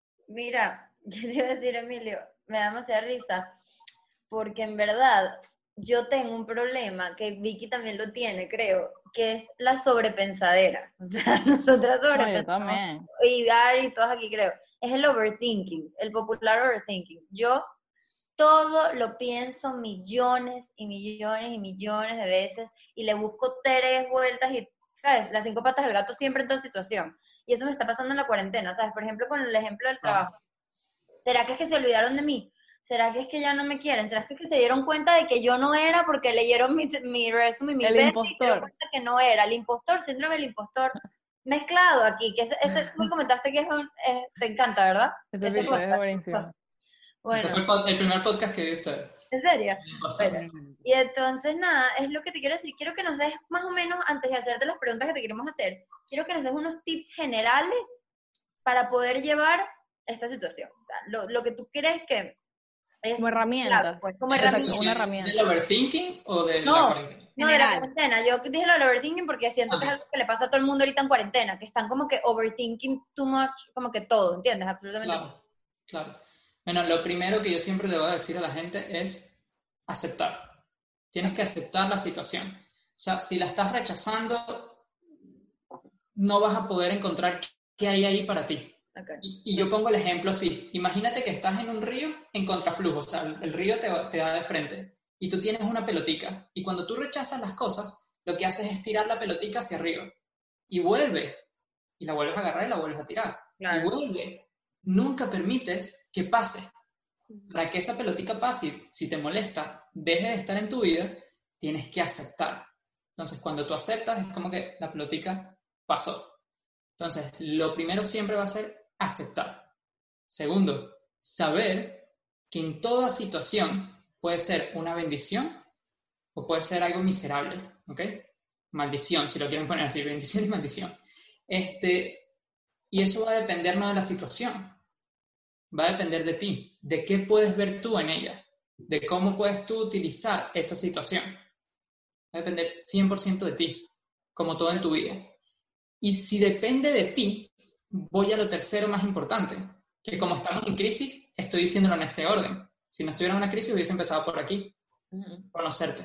Mira, yo te iba a decir, Emilio, me da demasiada risa, porque en verdad yo tengo un problema, que Vicky también lo tiene, creo, que es la sobrepensadera. O sea, nosotras No, yo sobrepensamos, también. y Dari y todas aquí creo, es el overthinking, el popular overthinking. Yo todo lo pienso millones y millones y millones de veces, y le busco tres vueltas y, ¿sabes? Las cinco patas del gato siempre en toda situación. Y eso me está pasando en la cuarentena, ¿sabes? Por ejemplo, con el ejemplo del trabajo. ¿Será que es que se olvidaron de mí? ¿Será que es que ya no me quieren? ¿Será que es que se dieron cuenta de que yo no era porque leyeron mi, mi resumen, mi El veces y se impostor. dieron cuenta que no era? El impostor, síndrome del impostor mezclado aquí, que ese, ese tú me comentaste que es un, eh, te encanta, ¿verdad? Ese Ese episodio es podcast. buenísimo. Bueno, Ese fue el, pod- el primer podcast que vi usted. ¿en serio? El impostor. Bueno, y entonces nada, es lo que te quiero decir, quiero que nos des más o menos, antes de hacerte las preguntas que te queremos hacer, quiero que nos des unos tips generales para poder llevar esta situación, o sea, lo, lo que tú crees que es Como herramientas. clave, pues, como ¿Esta herramienta. situación una herramienta. ¿Del overthinking o de No. la cuarentena? No, de la General. cuarentena, yo dije lo del overthinking porque siento que es Ok. algo que le pasa a todo el mundo ahorita en cuarentena, que están como que overthinking too much, como que todo, ¿entiendes? Absolutamente todo. Claro, claro. Bueno, lo primero que yo siempre le voy a decir a la gente es aceptar. Tienes que aceptar la situación. O sea, si la estás rechazando, no vas a poder encontrar qué hay ahí para ti. Okay. Y, y yo pongo el ejemplo así. Imagínate que estás en un río en contraflujo, o sea, el, el río te, va- te da de frente y tú tienes una pelotica. Y cuando tú rechazas las cosas, lo que haces es tirar la pelotica hacia arriba. Y vuelve. Y la vuelves a agarrar y la vuelves a tirar. Claro. Y vuelve. Nunca permites que pase. Para que esa pelotica pase y si te molesta, deje de estar en tu vida, tienes que aceptar. Entonces, cuando tú aceptas, es como que la pelotica pasó. Entonces, lo primero siempre va a ser aceptar. Segundo, saber que en toda situación puede ser una bendición o puede ser algo miserable, ¿ok? Maldición, si lo quieren poner así, bendición y maldición. Este, y eso va a depender no de la situación, va a depender de ti, de qué puedes ver tú en ella, de cómo puedes tú utilizar esa situación. Va a depender cien por ciento de ti, como todo en tu vida. Y si depende de ti, voy a lo tercero más importante, que como estamos en crisis, estoy diciéndolo en este orden. Si no estuviera en una crisis, hubiese empezado por aquí. Ujú. Conocerte.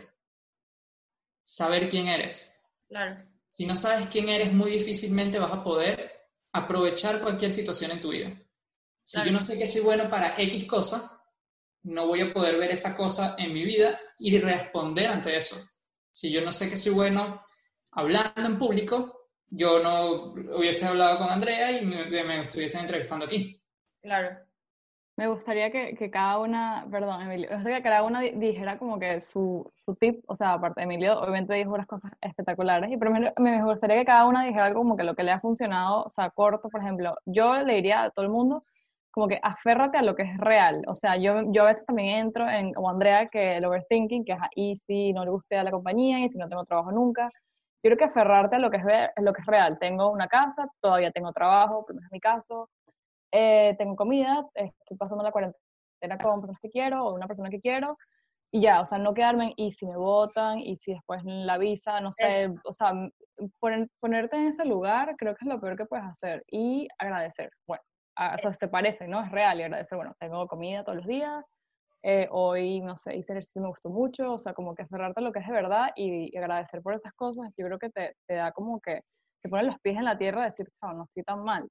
Saber quién eres. Claro. Si no sabes quién eres, muy difícilmente vas a poder aprovechar cualquier situación en tu vida. Si Claro. yo no sé que soy bueno para X cosa, no voy a poder ver esa cosa en mi vida y responder ante eso. Si yo no sé que soy bueno hablando en público, yo no hubiese hablado con Andrea y me, me estuviesen entrevistando aquí. Claro. Me gustaría que, que cada una, perdón, Emilio, me gustaría que cada una di- dijera como que su, su tip, o sea, aparte de Emilio, obviamente dijo unas cosas espectaculares, y pero me, me gustaría que cada una dijera algo como que lo que le ha funcionado, o sea, corto, por ejemplo. Yo le diría a todo el mundo como que aférrate a lo que es real. O sea, yo, yo a veces también entro en, como Andrea, que el overthinking, que es ahí si no le guste a la compañía y si no tengo trabajo nunca. Yo creo que aferrarte a lo que es, ve- lo que es real. Tengo una casa, todavía tengo trabajo, pero no es mi caso. Eh, tengo comida, estoy pasando la cuarentena con personas que quiero o una persona que quiero, y ya, o sea, no quedarme en, y si me votan, y si después la visa, no sé, o sea, poner, ponerte en ese lugar creo que es lo peor que puedes hacer, y agradecer, bueno, a, o sea, se parece, ¿no? Es real, y agradecer, bueno, tengo comida todos los días, eh, hoy, no sé, hice ejercicio, me gustó mucho, o sea, como que aferrarte a lo que es de verdad y, y agradecer por esas cosas, yo creo que te, te da como que, te pone los pies en la tierra, decir, no, no estoy tan mal.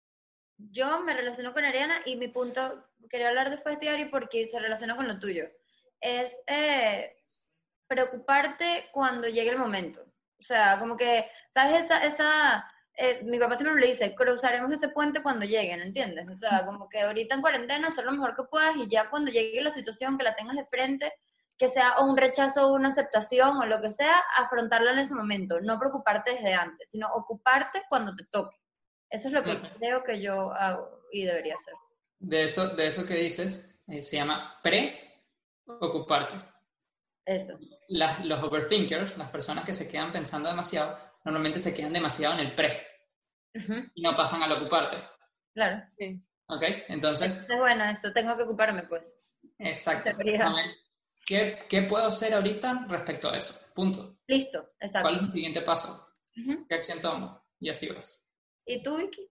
Yo me relaciono con Ariana y mi punto, quería hablar después de Ari porque se relaciona con lo tuyo, es eh, preocuparte cuando llegue el momento. O sea, como que, ¿sabes? Esa, esa eh, mi papá siempre me lo dice, cruzaremos ese puente cuando lleguen, ¿entiendes? O sea, como que ahorita en cuarentena hacer lo mejor que puedas y ya cuando llegue la situación que la tengas de frente, que sea o un rechazo o una aceptación o lo que sea, afrontarla en ese momento, no preocuparte desde antes, sino ocuparte cuando te toque. Eso es lo que creo que yo hago y debería hacer. De eso, de eso que dices, eh, se llama pre-ocuparte. Eso. Las, los overthinkers, las personas que se quedan pensando demasiado, normalmente se quedan demasiado en el pre Uh-huh. y no pasan al ocuparte. Claro. Sí. ¿Ok? Entonces, Es bueno eso, tengo que ocuparme, pues. exacto. Debería. ¿Qué, ¿Qué puedo hacer ahorita respecto a eso? Punto. Listo, exacto. ¿Cuál es mi siguiente paso? Uh-huh. ¿Qué acción tomo? Y así vas. ¿Y tú, Vicky?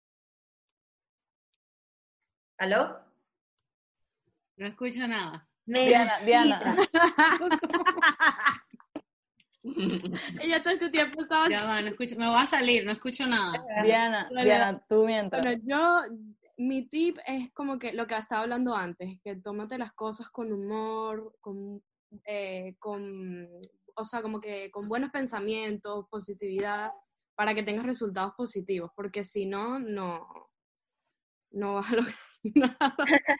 ¿Aló? No escucho nada. Diana, Diana. Ella todo este tiempo estaba... Ya va, no escucho, me voy a salir, no escucho nada. Diana, Bueno, Diana, tú mientras. Bueno, yo, mi tip es como que lo que estaba hablando antes, que tómate las cosas con humor, con, eh, con, o sea, como que con buenos pensamientos, positividad, para que tengas resultados positivos, porque si no, no, no vas a lograr nada.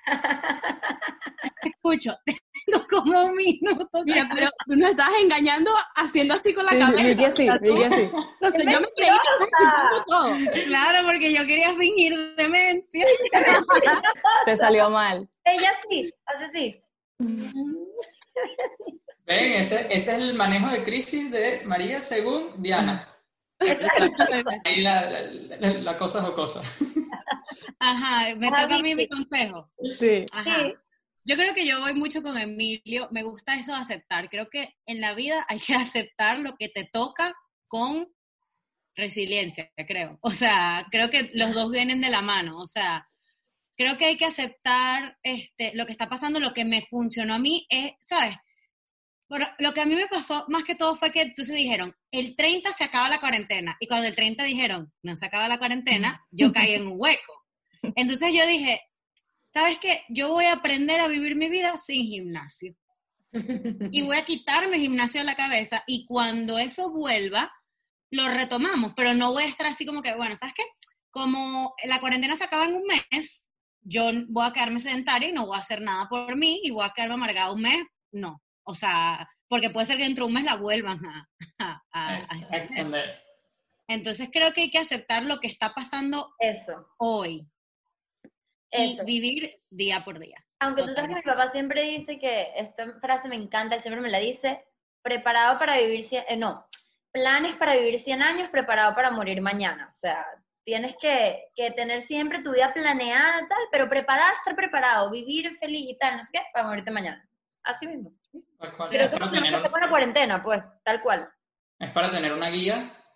Escucho, tengo como un minuto. Mira, pero tú nos estabas engañando haciendo así con la Sí, cabeza. Vicky así, Vicky así. No sé, yo me creí que estabas escuchando todo. Claro, porque yo quería fingir demencia. Te salió mal. Ella sí, hace sí. Ven, ese, ese es el manejo de crisis de María según Diana. Ahí la, la, la, la cosa jocosa. Ajá, me Ajá, toca a mí mi Vicky. consejo. Sí. Ajá. Sí. Yo creo que yo voy mucho con Emilio, me gusta eso de aceptar. Creo que en la vida hay que aceptar lo que te toca con resiliencia, creo. O sea, creo que los dos vienen de la mano. O sea, creo que hay que aceptar este, lo que está pasando, lo que me funcionó a mí es, ¿sabes? Bueno, lo que a mí me pasó más que todo fue que entonces dijeron, el treinta se acaba la cuarentena. Y cuando el treinta dijeron, no se acaba la cuarentena, yo caí en un hueco. Entonces yo dije, ¿sabes qué? Yo voy a aprender a vivir mi vida sin gimnasio. Y voy a quitarme gimnasio de la cabeza y cuando eso vuelva, lo retomamos. Pero no voy a estar así como que, bueno, ¿sabes qué? Como la cuarentena se acaba en un mes, yo voy a quedarme sedentaria y no voy a hacer nada por mí y voy a quedarme amargada un mes. No. O sea, porque puede ser que dentro de un mes la vuelvan a, a, a, A extender. Entonces creo que hay que aceptar lo que está pasando Eso. hoy. Eso. Y vivir día por día. Aunque tú sabes que mi papá siempre dice que esta frase me encanta, él siempre me la dice, preparado para vivir, cien, eh, no, planes para vivir cien años, preparado para morir mañana. O sea, tienes que, que tener siempre tu vida planeada, tal, pero preparado, estar preparado, vivir feliz y tal, no sé qué, para morirte mañana. Así mismo. Tal cual. Creo Es que para no tener se un- con la cuarentena, pues, tal cual. es para tener una guía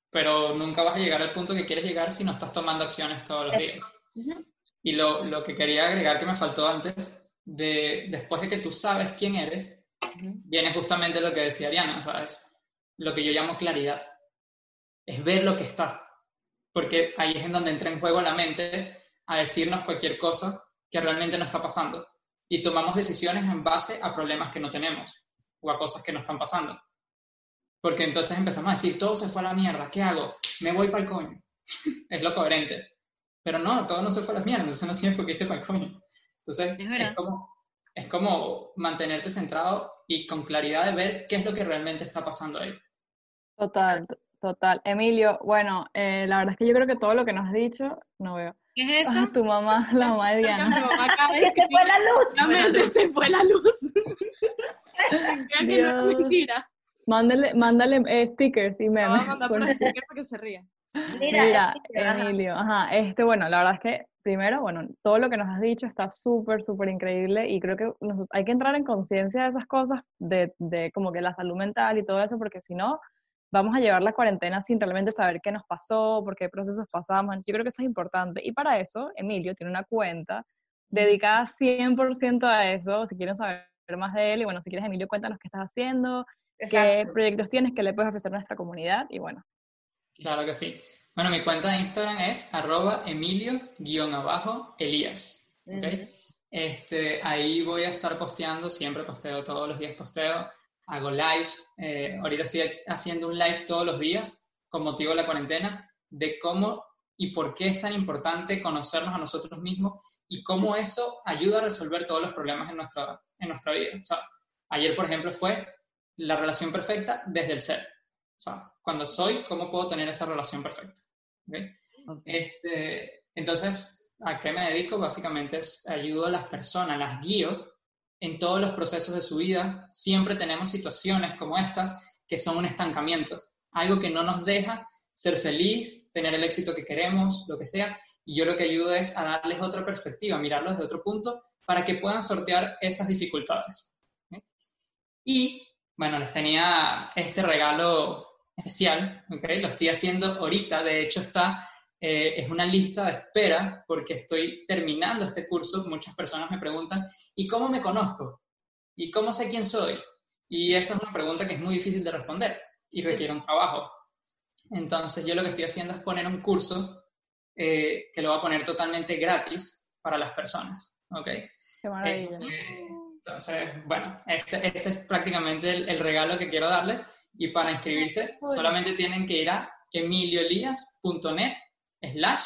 pero nunca vas a llegar al punto que quieres llegar si no estás tomando acciones todos los días. Ujú. Y lo, lo que quería agregar que me faltó antes, de, después de que tú sabes quién eres, viene justamente lo que decía Ariana, ¿sabes? Lo que yo llamo claridad. Es ver lo que está. Porque ahí es en donde entra en juego la mente a decirnos cualquier cosa que realmente no está pasando. Y tomamos decisiones en base a problemas que no tenemos o a cosas que no están pasando. Porque entonces empezamos a decir, todo se fue a la mierda, ¿qué hago? Me voy para el coño. Es lo coherente. Pero no, todo no se fue a la mierda, entonces no tienes por qué irte para el coño. Entonces Es es como, es como mantenerte centrado y con claridad de ver qué es lo que realmente está pasando ahí. Total, t- total. Emilio, bueno, eh, la verdad es que yo creo que todo lo que nos has dicho, no veo. ¿Qué es Ah, eso? tu mamá, la mamá de Creo que mi Diana. mamá acaba de Que se fue la luz. Realmente se fue la luz. Crean que no es Dios. mentira. Mándale, mándale eh, stickers y Me va a memes. mandar por- por sticker para que se ría. Mira, Mira, Emilio, ajá. Emilio, ajá, este, bueno, la verdad es que primero, bueno, todo lo que nos has dicho está súper, súper increíble y creo que nos- hay que entrar en conciencia de esas cosas, de, de como que la salud mental y todo eso, porque si no, vamos a llevar la cuarentena sin realmente saber qué nos pasó, por qué procesos pasamos, entonces yo creo que eso es importante. Y para eso, Emilio tiene una cuenta dedicada cien por ciento a eso, si quieren saber más de él, y bueno, si quieres, Emilio, cuéntanos qué estás haciendo, qué Exacto. proyectos tienes, qué le puedes ofrecer a nuestra comunidad, y bueno. Claro que sí. Bueno, mi cuenta de Instagram es arroba emilio-elías. ¿Ok? Ujú. Este, ahí voy a estar posteando, siempre posteo, todos los días posteo, hago live. Eh, ahorita estoy haciendo un live todos los días con motivo de la cuarentena, de cómo y por qué es tan importante conocernos a nosotros mismos y cómo eso ayuda a resolver todos los problemas en nuestra, en nuestra vida. O sea, ayer, por ejemplo, fue la relación perfecta desde el ser. O sea, cuando soy, ¿cómo puedo tener esa relación perfecta? ¿Okay? Okay. Este, entonces, ¿a qué me dedico? Básicamente es ayudo a las personas, las guío en todos los procesos de su vida. Siempre tenemos situaciones como estas que son un estancamiento, algo que no nos deja ser feliz, tener el éxito que queremos, lo que sea. Y yo lo que ayudo es a darles otra perspectiva, mirarlos desde otro punto para que puedan sortear esas dificultades. ¿Okay? Y, bueno, les tenía este regalo especial, ¿okay? Lo estoy haciendo ahorita, de hecho está, eh, es una lista de espera porque estoy terminando este curso. Muchas personas me preguntan, ¿y cómo me conozco? ¿Y cómo sé quién soy? Y esa es una pregunta que es muy difícil de responder y requiere un trabajo. Entonces yo lo que estoy haciendo es poner un curso eh, que lo voy a poner totalmente gratis para las personas, ¿ok? Qué maravilla. Este, entonces, bueno, ese, ese es prácticamente el, el regalo que quiero darles. Y para inscribirse solamente tienen que ir a emilioelias.net slash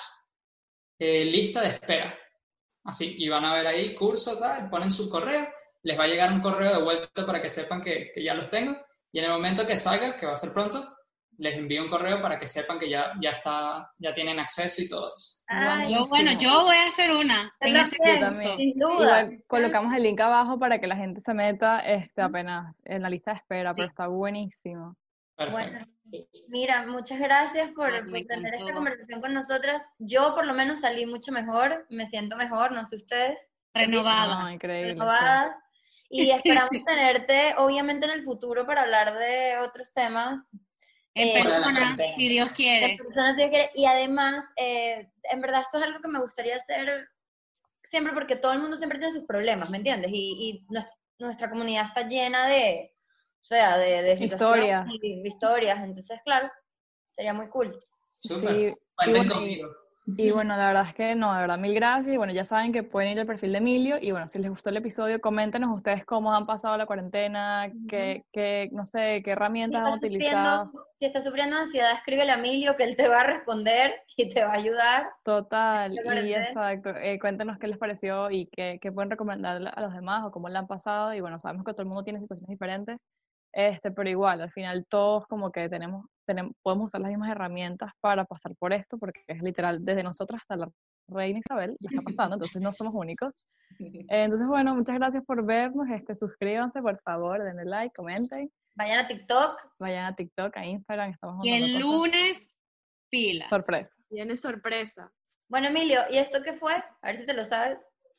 eh, lista de espera. Así, y van a ver ahí curso, tal, ponen su correo, les va a llegar un correo de vuelta para que sepan que, que ya los tengo. Y en el momento que salga, que va a ser pronto, les envío un correo para que sepan que ya, ya, está, ya tienen acceso y todo eso. Ay, Yo, bueno, yo voy a hacer una. yo en ese también, Yo también. sin duda. Igual colocamos el link abajo para que la gente se meta este, apenas en la lista de espera, pero está buenísimo. Perfecto. Bueno, Sí, sí. mira, muchas gracias por, Ay, por me tener esta encantó. conversación con nosotras. Yo por lo menos salí mucho mejor, me siento mejor, no sé ustedes. Renovada. No, increíble. sí. Renovada. Y esperamos tenerte, obviamente, en el futuro para hablar de otros temas. En Eh, persona, si Dios de quiere. personas, si Dios quiere. Y además, eh, en verdad, esto es algo que me gustaría hacer siempre porque todo el mundo siempre tiene sus problemas, ¿me entiendes? Y, y nuestra, nuestra comunidad está llena de, o sea, de, de situaciones Historias. y de historias. Entonces, claro, sería muy cool. Súper. Sí, y Cuenten bueno, conmigo. Y bueno, la verdad es que no, de verdad, mil gracias. Y bueno, ya saben que pueden ir al perfil de Emilio. Y bueno, si les gustó el episodio, coméntenos ustedes cómo han pasado la cuarentena, qué, qué, no sé, qué Si herramientas han estás, utilizado. sufriendo, si estás sufriendo ansiedad, escríbele a Emilio que él te va a responder y te va a ayudar. Total, La y cuarentena. exacto. Eh, cuéntenos qué les pareció y qué, qué pueden recomendarle a los demás o cómo le han pasado. Y bueno, sabemos que todo el mundo tiene situaciones diferentes, este, pero igual, al final todos como que tenemos, tenemos, podemos usar las mismas herramientas para pasar por esto, porque es literal desde nosotras hasta la reina Isabel, la está pasando, entonces no somos únicos. Eh, entonces, bueno, muchas gracias por vernos, este, suscríbanse, por favor, denle like, comenten, Vayan a TikTok. vayan a TikTok, a Instagram, estamos Y montando el cosas. lunes, pilas. Sorpresa. Viene sorpresa. Bueno, Emilio, ¿y esto qué fue? A ver si te lo sabes.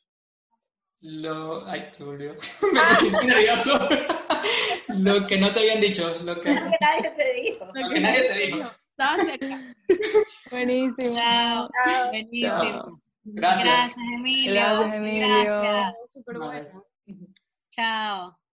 Lo... Ay, se volvió. Me puse nervioso. Lo que no te habían dicho. Lo que, Lo que nadie te dijo. lo que nadie te dijo. Estaba cerca. Buenísimo. Chao. Chao. Buenísimo. Chao. Gracias. Gracias, Emilio. Gracias, Emilio. Gracias. Súper bueno. Chao.